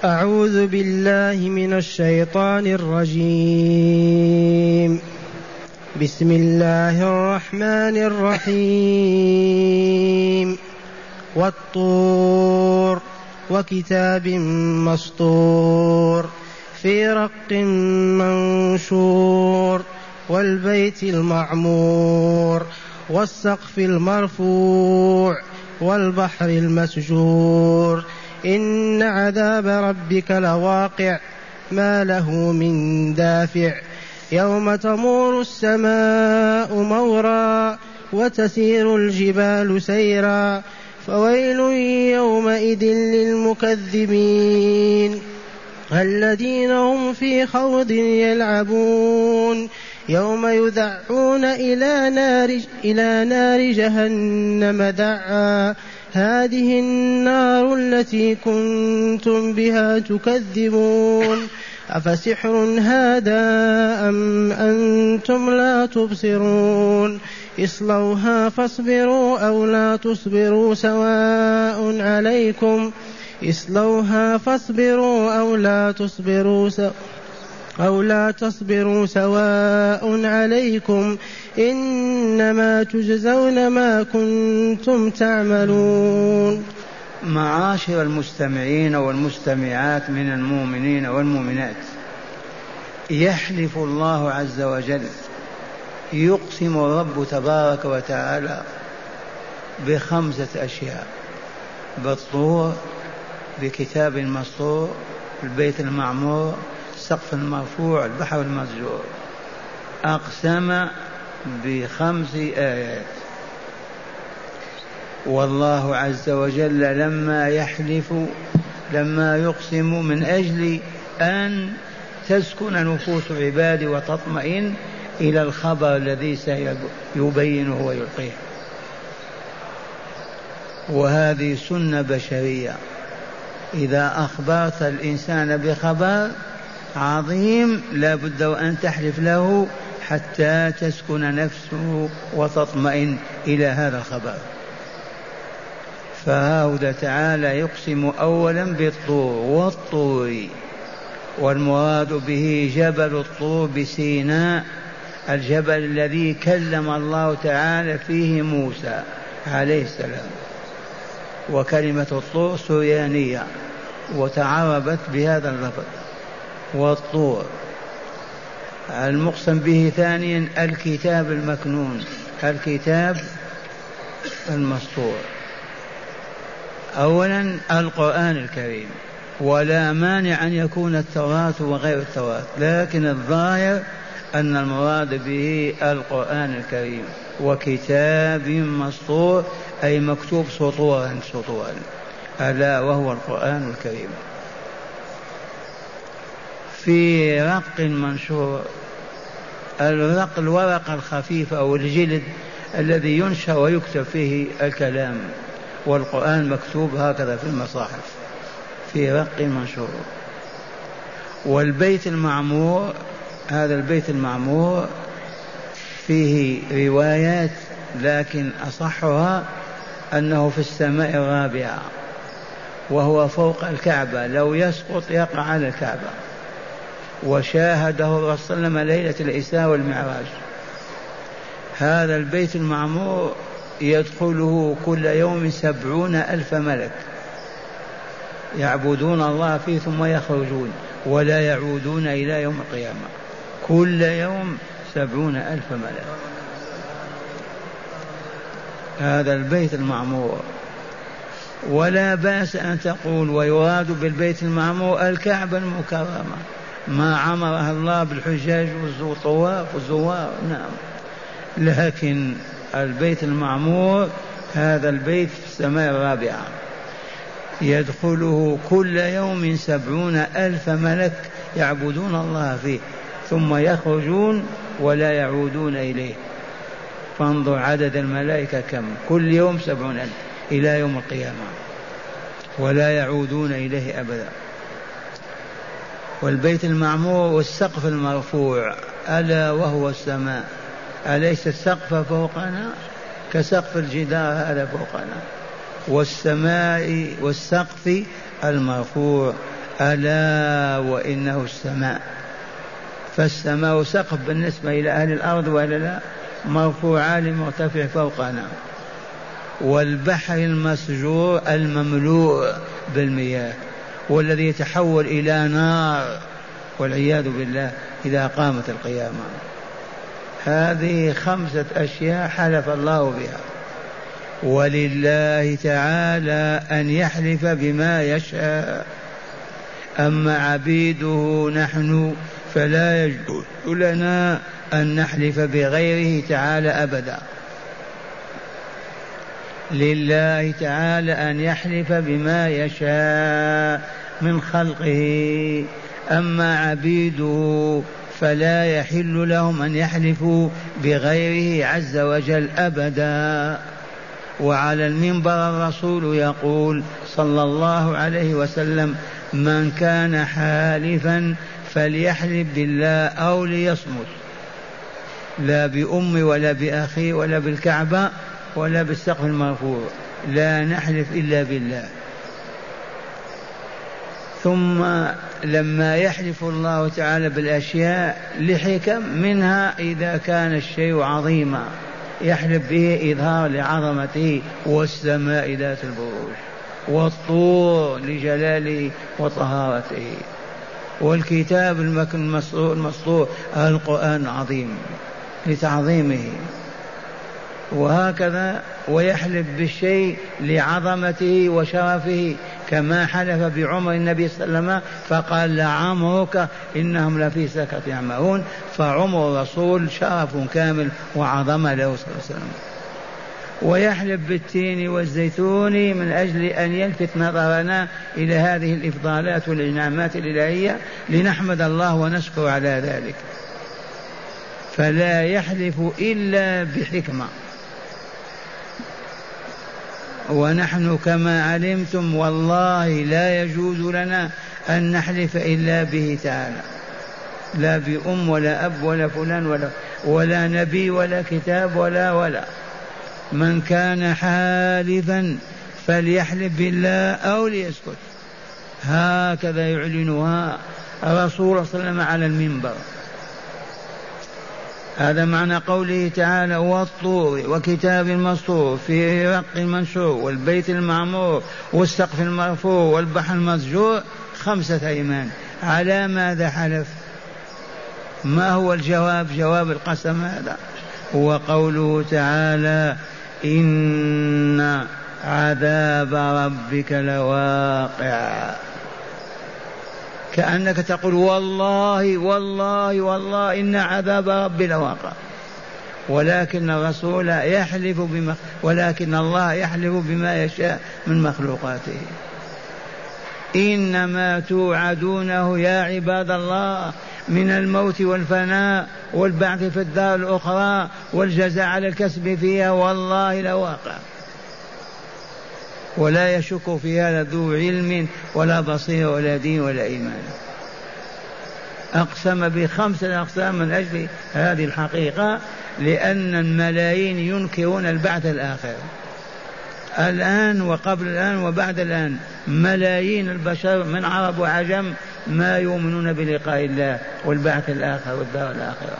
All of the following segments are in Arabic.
أعوذ بالله من الشيطان الرجيم. بسم الله الرحمن الرحيم. والطور وكتاب مسطور في رق منشور والبيت المعمور والسقف المرفوع والبحر المسجور إن عذاب ربك لواقع ما له من دافع يوم تمور السماء مورا وتسير الجبال سيرا فويل يومئذ للمكذبين الذين هم في خوض يلعبون يوم يدعون إلى نار جهنم دعا هذه النار التي كنتم بها تكذبون أفسحر هذا أم أنتم لا تبصرون اصلوها فاصبروا أو لا تصبروا سواء عليكم اصلوها فاصبروا أو لا تصبروا سواء عليكم إنما تجزون ما كنتم تعملون. معاشر المستمعين والمستمعات من المؤمنين والمؤمنات، يحلف الله عز وجل، يقسم الرب تبارك وتعالى بخمسة أشياء: بالطور، بكتاب مسطور، البيت المعمور، السقف المرفوع، البحر المسجور. أقسم بخمس آيات. والله عز وجل لما يقسم من أجل أن تسكن نفوس عبادي وتطمئن إلى الخبر الذي سيبينه ويلقيه. وهذه سنة بشرية، إذا أخبرت الإنسان بخبر عظيم لا بد أن تحلف له حتى تسكن نفسه وتطمئن إلى هذا الخبر. فهذا تعالى يقسم أولا بالطور والطور، والمراد به جبل الطور بسيناء، الجبل الذي كلم الله تعالى فيه موسى عليه السلام. وكلمة الطور سريانية وتعربت بهذا اللفظ والطور. المقسم به ثانيا الكتاب المكنون، الكتاب المسطور. أولا القرآن الكريم، ولا مانع أن يكون التوراة وغير التوراة، لكن الظاهر أن المراد به القرآن الكريم. وكتاب مسطور أي مكتوب سطورا سطورا، ألا وهو القرآن الكريم. في رق منشور، الرق الورق الخفيف أو الجلد الذي ينشر ويكتب فيه الكلام، والقرآن مكتوب هكذا في المصاحف في رق منشور. والبيت المعمور، هذا البيت المعمور فيه روايات لكن أصحها أنه في السماء الرابعة، وهو فوق الكعبة، لو يسقط يقع على الكعبة. وشاهده الرسول صلى الله عليه وسلم ليلة الإسراء والمعراج. هذا البيت المعمور يدخله كل يوم 70,000 ملك يعبدون الله فيه ثم يخرجون ولا يعودون إلى يوم القيامة. كل يوم 70,000 ملك. هذا البيت المعمور. ولا بأس أن تقول ويراد بالبيت المعمور الكعبة المكرمة، ما عمرها الله بالحجاج والطواف والزوار، نعم. لكن البيت المعمور هذا البيت في السماء الرابعة يدخله كل يوم 70,000 ملك يعبدون الله فيه ثم يخرجون ولا يعودون إليه. فانظر عدد الملائكة كم، كل يوم 70,000 إلى يوم القيامة ولا يعودون إليه أبدا. والبيت المعمور والسقف المرفوع ألا وهو السماء، أليس السقف فوقنا كسقف الجدار هذا فوقنا، والسماء والسقف المرفوع ألا وإنه السماء، فالسماء سقف بالنسبة إلى أهل الأرض ولا لا، مرفوع عالي مرتفع فوقنا. والبحر المسجور المملوء بالمياه، والذي يتحول إلى نار والعياذ بالله إذا قامت القيامة. هذه 5 أشياء حلف الله بها. ولله تعالى أن يحلف بما يشاء، أما عبيده نحن فلا يجوز لنا أن نحلف بغيره تعالى أبدا. لله تعالى أن يحلف بما يشاء من خلقه، أما عبيده فلا يحل لهم أن يحلفوا بغيره عز وجل أبدا. وعلى المنبر الرسول يقول صلى الله عليه وسلم: من كان حالفا فليحلف بالله أو ليصمت، لا بأمي ولا بأخي ولا بالكعبة ولا بالسقف المرفوع، لا نحلف إلا بالله. ثم لما يحلف الله تعالى بالأشياء لحكم، منها إذا كان الشيء عظيما يحلف به إظهار لعظمته، والسماء ذات البروج، والطور لجلاله وطهارته، والكتاب المسطور القرآن العظيم لتعظيمه، وهكذا. ويحلف بالشيء لعظمته وشرفه، كما حلف بعمر النبي صلى الله عليه وسلم فقال: لعمرك إنهم لفي سكرة يعمهون. فعمر الرسول شرف كامل وعظمة له صلى الله عليه وسلم. ويحلف بالتين والزيتون من أجل أن يلفت نظرنا إلى هذه الإفضالات والإنعامات الإلهية لنحمد الله ونشكر على ذلك. فلا يحلف إلا بحكمة. ونحن كما علمتم والله لا يجوز لنا أن نحلف إلا به تعالى، لا بأم ولا أب ولا فلان ولا نبي ولا كتاب ولا. من كان حالفا فليحلف بالله أو ليسكت. هكذا يعلنها الرسول صلى الله عليه وسلم على المنبر. هذا معنى قوله تعالى: والطور وكتاب مسطور في رق المنشور والبيت المعمور والسقف المرفوع والبحر المسجور. 5 أيمان. على ماذا حلف؟ ما هو الجواب؟ جواب القسم هذا هو قوله تعالى: إن عذاب ربك لواقع. كأنك تقول: والله والله والله إن عذاب ربي لواقع. ولكن الرسول يحلف ولكن الله يحلف بما يشاء من مخلوقاته. إنما توعدونه يا عباد الله من الموت والفناء والبعث في الدار الأخرى والجزاء على الكسب فيها والله لواقع. ولا يشك في هذا ذو علم ولا بصير ولا دين ولا إيمان. أقسم ب5 أقسام من أجل هذه الحقيقة، لأن الملايين ينكرون البعث الآخر الآن وقبل الآن وبعد الآن. ملايين البشر من عرب وعجم ما يؤمنون بلقاء الله والبعث الآخر والدار الآخرة.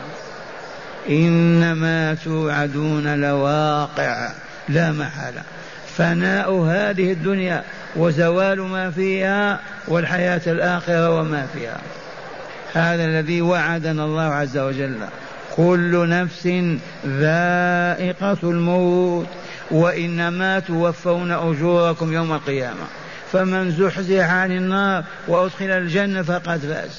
إنما توعدون لواقع لا محالة. فناء هذه الدنيا وزوال ما فيها والحياة الآخرة وما فيها. هذا الذي وعدنا الله عز وجل: كل نفس ذائقة الموت وإنما توفون أجوركم يوم القيامة، فمن زحزح عن النار وأدخل الجنة فقد فاز.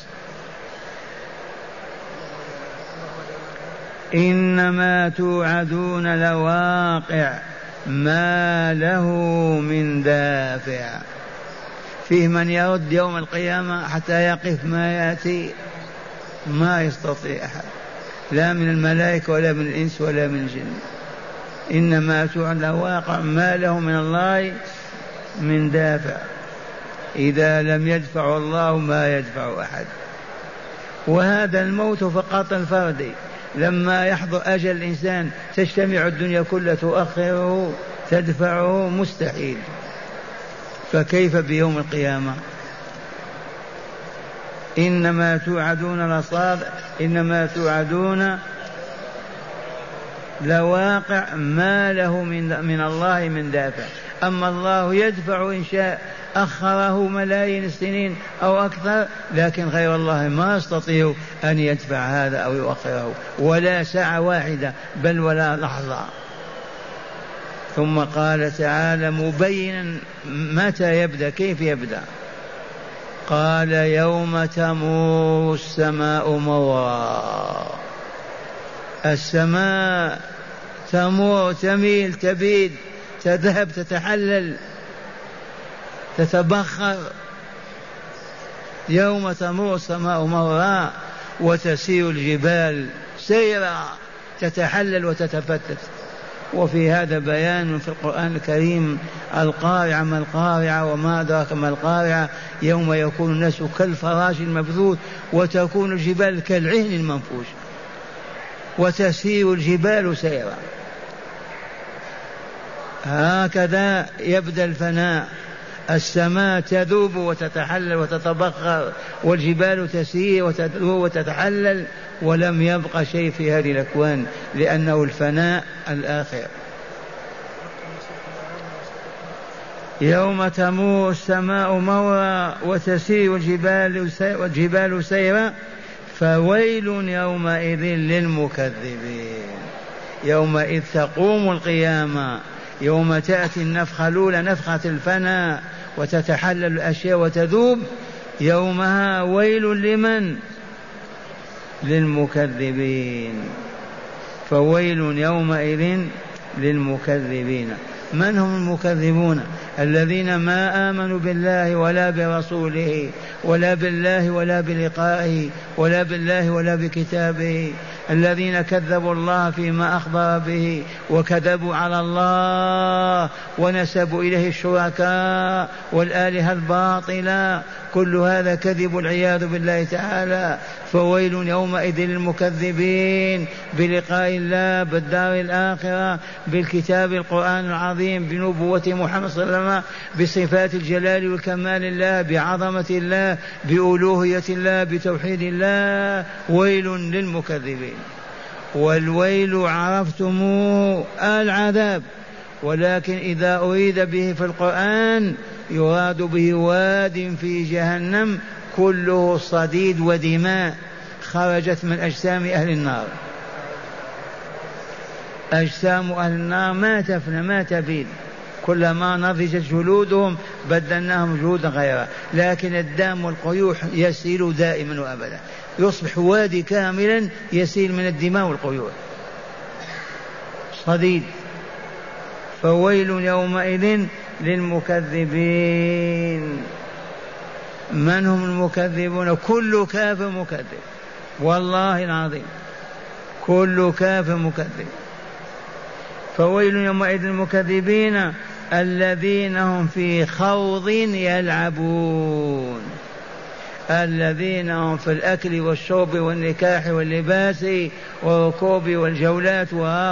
إنما توعدون لواقع ما له من دافع. فيه من يرد يوم القيامة حتى يقف ما يأتي، ما يستطيع أحد، لا من الملائكة ولا من الإنس ولا من الجن. إنما توعد لواقع ما له من الله من دافع. إذا لم يدفع الله ما يدفع أحد. وهذا الموت فقط الفردي. لما يحضر أجل الإنسان تجتمع الدنيا كلها تؤخره تدفعه، مستحيل. فكيف بيوم القيامة؟ إنما توعدون لصادق، إنما توعدون لواقع، ما له من الله من دافع. أما الله يدفع إن شاء أخره ملايين السنين أو أكثر، لكن غير الله ما يستطيع أن يدفع هذا أو يؤخره ولا ساعة واحدة بل ولا لحظة. ثم قال تعالى مبينا متى يبدأ، كيف يبدأ؟ قال يوم تمور السماء مورا. السماء تمور، تميل، تبيد، تذهب، تتحلل، تتبخر. يوم تمور السماء مورا وتسير الجبال سيرا، تتحلل وتتفتت. وفي هذا بيان في القرآن الكريم. القارعة ما القارعة وما أدراك ما القارعة، يوم يكون الناس كالفراش المبثوث وتكون الجبال كالعهن المنفوش وتسير الجبال سيرا. هكذا يبدأ الفناء. السماء تذوب وتتحلل وتتبخر، والجبال تسير وتذوب وتتحلل، ولم يبق شيء في هذه الأكوان، لأنه الفناء الآخر. يوم تمور السماء مورا وتسير الجبال سيرا فويل يومئذ للمكذبين. يومئذ تقوم القيامة، يوم تأتي النفخة الأولى نفخة الفناء وتتحلل الأشياء وتذوب، يومها ويل لمن؟ للمكذبين. فويل يومئذ للمكذبين. من هم المكذبون؟ الذين ما آمنوا بالله ولا برسوله ولا بالله ولا بلقائه ولا بالله ولا بكتابه، الذين كذبوا الله فيما أخبر به وكذبوا على الله ونسبوا إليه الشركاء والآلهة الباطلة، كل هذا كذب والعياذ بالله تعالى. فويل يومئذ للمكذبين بلقاء الله، بالدار الآخرة، بالكتاب القرآن العظيم، بنبوة محمد صلى الله عليه وسلم، بصفات الجلال والكمال الله، بعظمة الله، بألوهية الله، بتوحيد الله. ويل للمكذبين. والويل عرفتموه العذاب، ولكن إذا أريد به في القرآن يراد به واد في جهنم كله صديد ودماء خرجت من أجسام أهل النار. أجسام أهل النار ما تفنى ما تبيد، كلما نضجت جلودهم بدلناهم جلودا غيرها، لكن الدم والقيوح يسيل دائما وأبدا، يصبح وادي كاملا يسيل من الدماء والقيوح صديد. فويل يومئذ للمكذبين. من هم المكذبون؟ كل كافر مكذب، والله العظيم كل كافر مكذب. فويل يومئذ للمكذبين الذين هم في خوض يلعبون، الذين هم في الأكل والشرب والنكاح واللباس والركوب والجولات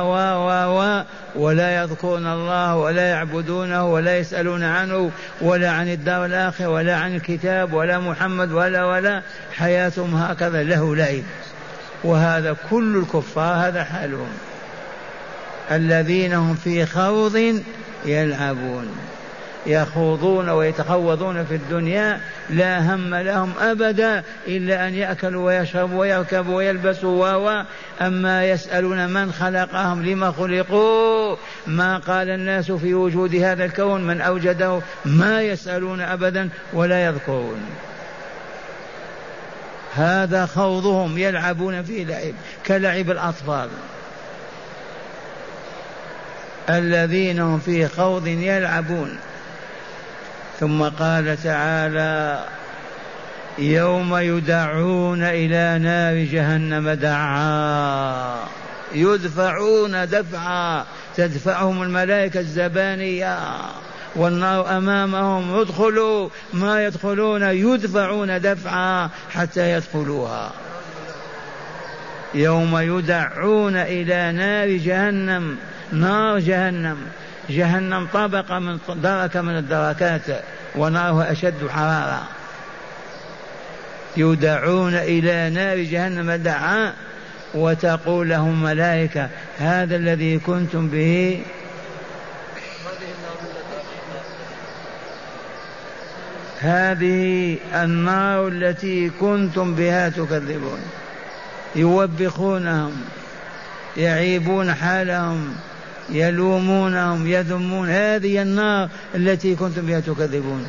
ولا يذكرون الله ولا يعبدونه ولا يسألون عنه ولا عن الدار الآخرة ولا عن الكتاب ولا محمد ولا حياتهم هكذا له لعب. وهذا كل الكفار هذا حالهم، الذين هم في خوض يلعبون، يخوضون ويتخوضون في الدنيا، لا هم لهم أبدا إلا أن يأكلوا ويشربوا ويركبوا ويلبسوا أما يسألون من خلقهم لما خلقوا، ما قال الناس في وجود هذا الكون من أوجده، ما يسألون أبدا ولا يذكرون. هذا خوضهم، يلعبون فيه لعب كلعب الأطفال. الذين هم في خوض يلعبون. ثم قال تعالى يوم يدعون إلى نار جهنم دعا، يدفعون دفعا تدفعهم الملائكة الزبانية والنار أمامهم، يدخلوا ما يدخلون، يدفعون دفعا حتى يدخلوها. يوم يدعون إلى نار جهنم، نار جهنم، جهنم طبقة من دركة من الدركات ونارها أشد حرارة. يدعون إلى نار جهنم دعاء، وتقول لهم ملائكة هذا الذي كنتم به هذه النار التي كنتم بها تكذبون. يوبخونهم، يعيبون حالهم، يلومونهم، يذمون، هذه النار التي كنتم بها تكذبون.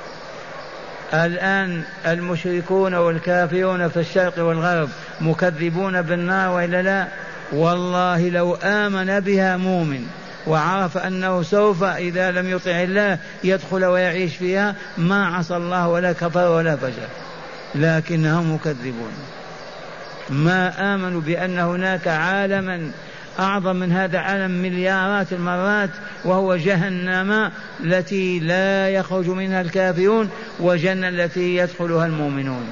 الآن المشركون والكافرون في الشرق والغرب مكذبون بالنار وإلا لا؟ والله لو آمن بها مؤمن وعرف أنه سوف إذا لم يطع الله يدخل ويعيش فيها ما عصى الله ولا كفر ولا فجر، لكنهم مكذبون. ما آمنوا بأن هناك عالما أعظم من هذا العالم مليارات المرات، وهو جهنم التي لا يخرج منها الكافرون، وجنة التي يدخلها المؤمنون.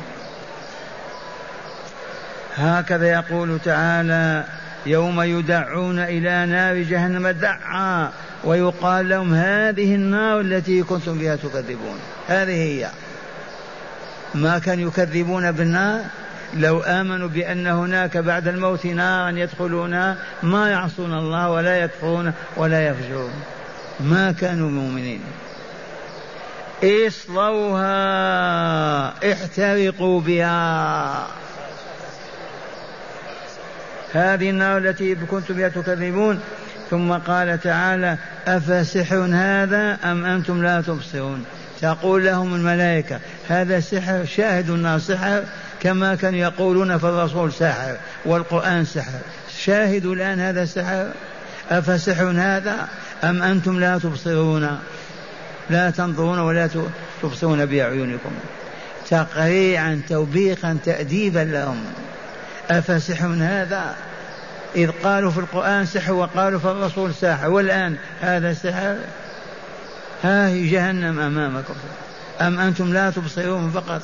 هكذا يقول تعالى يوم يدعون إلى نار جهنم دعا ويقال لهم هذه النار التي كنتم بها تكذبون. هذه هي. ما كانوا يكذبون بالنار؟ لو آمنوا بأن هناك بعد الموت نارا يدخلونها ما يعصون الله ولا يكفرون ولا يفجرون، ما كانوا مؤمنين. اصلوها احترقوا بها، هذه النار التي كنتم بها تكذبون. ثم قال تعالى أفسحر هذا أم أنتم لا تبصرون؟ تقول لهم الملائكة هذا سحر، شاهدوا النار سحر كما كانوا يقولون في الرسول سحر والقرآن سحر، شاهدوا الآن هذا سحر. أفسحر هذا أم أنتم لا تبصرون، لا تنظرون ولا تبصرون بأعينكم؟ تقريعا توبيخا تأديبا لهم. أفسحر هذا، إذ قالوا في القرآن سحر وقالوا في الرسول ساحر، والآن هذا سحر. ها هي جهنم أمامكم، أم أنتم لا تبصرون فقط؟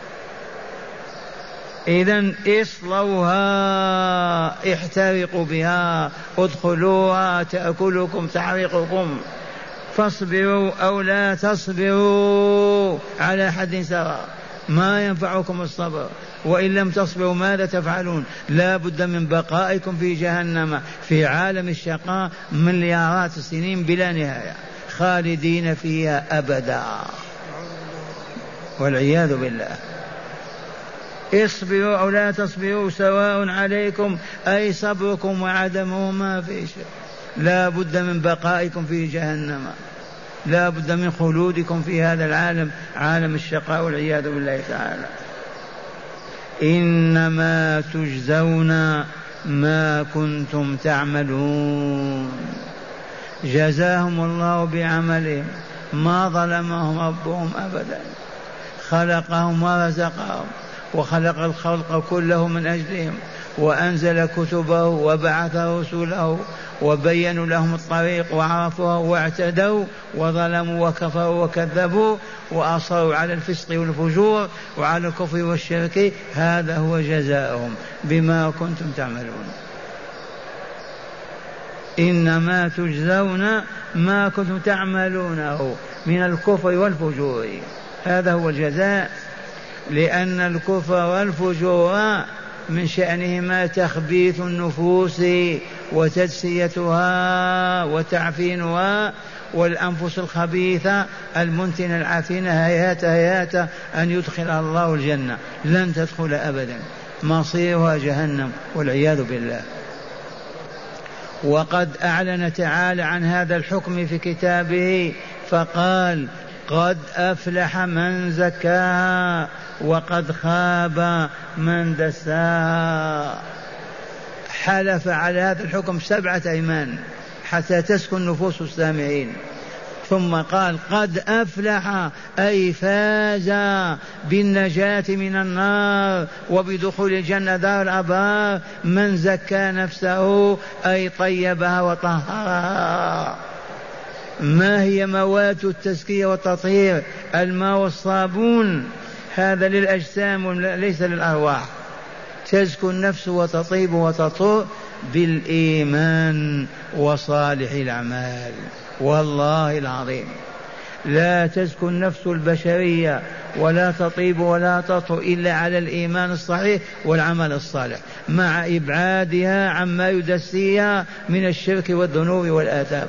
إذن اصلوها احترقوا بها، ادخلوها تأكلكم تحرقكم، فاصبروا أو لا تصبروا على حد سواء، ما ينفعكم الصبر، وإن لم تصبروا ماذا تفعلون؟ لا بد من بقائكم في جهنم في عالم الشقاء مليارات السنين بلا نهاية، خالدين فيها أبدا والعياذ بالله. اصبروا أو لا تصبروا سواء عليكم، أي صبركم وعدمه ما في شيء. لا بد من بقائكم في جهنم، لا بد من خلودكم في هذا العالم، عالم الشقاء والعياذ بالله تعالى. إنما تجزون ما كنتم تعملون، جزاهم الله بعملهم، ما ظلمهم ربهم أبدا، خلقهم ورزقهم وخلق الخلق كله من أجلهم، وأنزل كتبه وبعث رسله وبينوا لهم الطريق وعرفوها واعتدوا وظلموا وكفروا وكذبوا وأصروا على الفسق والفجور وعلى الكفر والشرك. هذا هو جزاؤهم بما كنتم تعملون. إنما تجزون ما كنتم تعملونه من الكفر والفجور، هذا هو الجزاء. لأن الكفر والفجور من شأنهما تخبيث النفوس وتجسيتها وتعفينها، والأنفس الخبيثة المنتنة العفينة هيهات هيهات أن يدخلها الله الجنة، لن تدخل أبدا، مصيرها جهنم والعياذ بالله. وقد أعلن تعالى عن هذا الحكم في كتابه فقال قد أفلح من زكاها وقد خاب من دساها. حلف على هذا الحكم 7 أيمان حتى تسكن نفوس السامعين، ثم قال قد أفلح أي فاز بالنجاة من النار وبدخول الجنة دار الأبرار من زكى نفسه أي طيبها وطهرها. ما هي مواد التزكية والتطهير؟ الماء والصابون، هذا للأجسام وليس للأرواح. تزكو النفس وتطيب وتطهر بالإيمان وصالح الأعمال. والله العظيم لا تزكو النفس البشرية ولا تطيب ولا تطهو إلا على الإيمان الصحيح والعمل الصالح مع إبعادها عما يدسيها من الشرك والذنوب والآثام.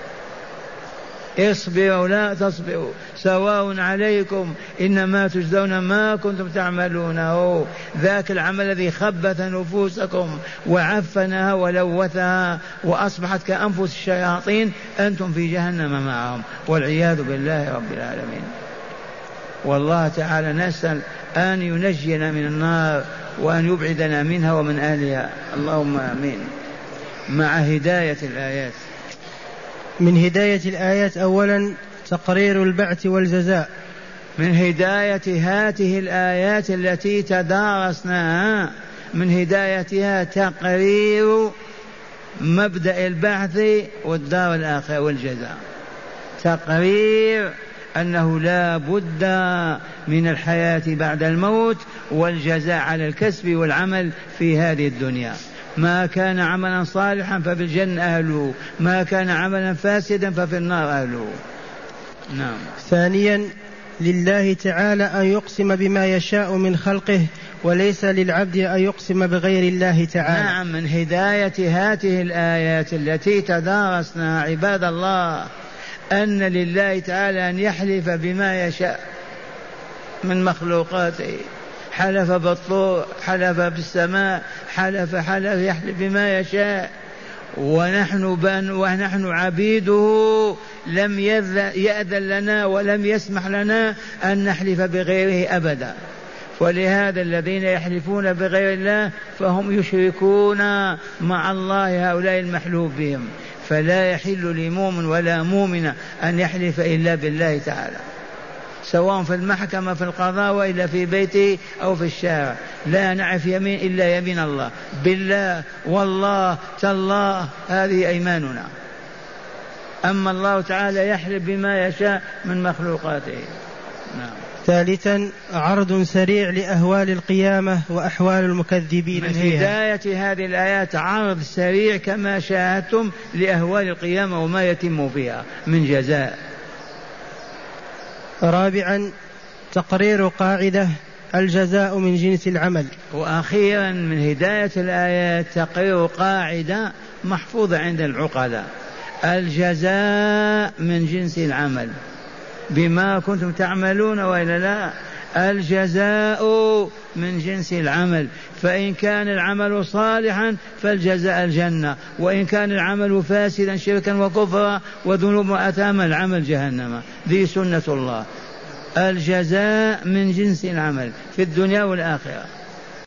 اصبروا لا تصبروا سواء عليكم إنما تجزون ما كنتم تعملونه. ذاك العمل الذي خبث نفوسكم وعفنها ولوثها وأصبحت كأنفس الشياطين أنتم في جهنم معهم والعياذ بالله رب العالمين. والله تعالى نسأل أن ينجينا من النار وأن يبعدنا منها ومن أهلها، اللهم آمين. مع هداية الآيات. من هداية الآيات أولا تقرير البعث والجزاء. من هداية هذه الآيات التي تدارسناها من هدايتها تقرير مبدأ البعث والدار الآخرة والجزاء. تقرير أنه لا بد من الحياة بعد الموت والجزاء على الكسب والعمل في هذه الدنيا. ما كان عملا صالحا ففي الجنة أهله، ما كان عملا فاسدا ففي النار أهله. نعم. ثانيا لله تعالى أن يقسم بما يشاء من خلقه وليس للعبد أن يقسم بغير الله تعالى. نعم. من هداية هذه الآيات التي تدارسناها عباد الله أن لله تعالى أن يحلف بما يشاء من مخلوقاته. حلف بالطور، حلف بالسماء، حلف يحلف بما يشاء. ونحن عبيده لم يأذن لنا ولم يسمح لنا أن نحلف بغيره أبدا. ولهذا الذين يحلفون بغير الله فهم يشركون مع الله هؤلاء المحلوف بهم. فلا يحل لمؤمن ولا مؤمنة أن يحلف إلا بالله تعالى، سواء في المحكمة في القضاء وإلا في بيته أو في الشارع. لا نعرف يمين إلا يمين الله، بالله والله تالله، هذه أيماننا. أما الله تعالى يحلف بما يشاء من مخلوقاته. نعم. ثالثا عرض سريع لأهوال القيامة وأحوال المكذبين من فيها. هداية هذه الآيات عرض سريع كما شاهدتم لأهوال القيامة وما يتم فيها من جزاء. رابعا تقرير قاعدة الجزاء من جنس العمل. وأخيرا من هداية الآيات تقرير قاعدة محفوظة عند العقلاء: الجزاء من جنس العمل، بما كنتم تعملون وإلا لا. الجزاء من جنس العمل، فإن كان العمل صالحا فالجزاء الجنة، وإن كان العمل فاسدا شركا وكفرا وذنوب وأثاما العمل جهنم. ذي سنة الله. الجزاء من جنس العمل في الدنيا والآخرة.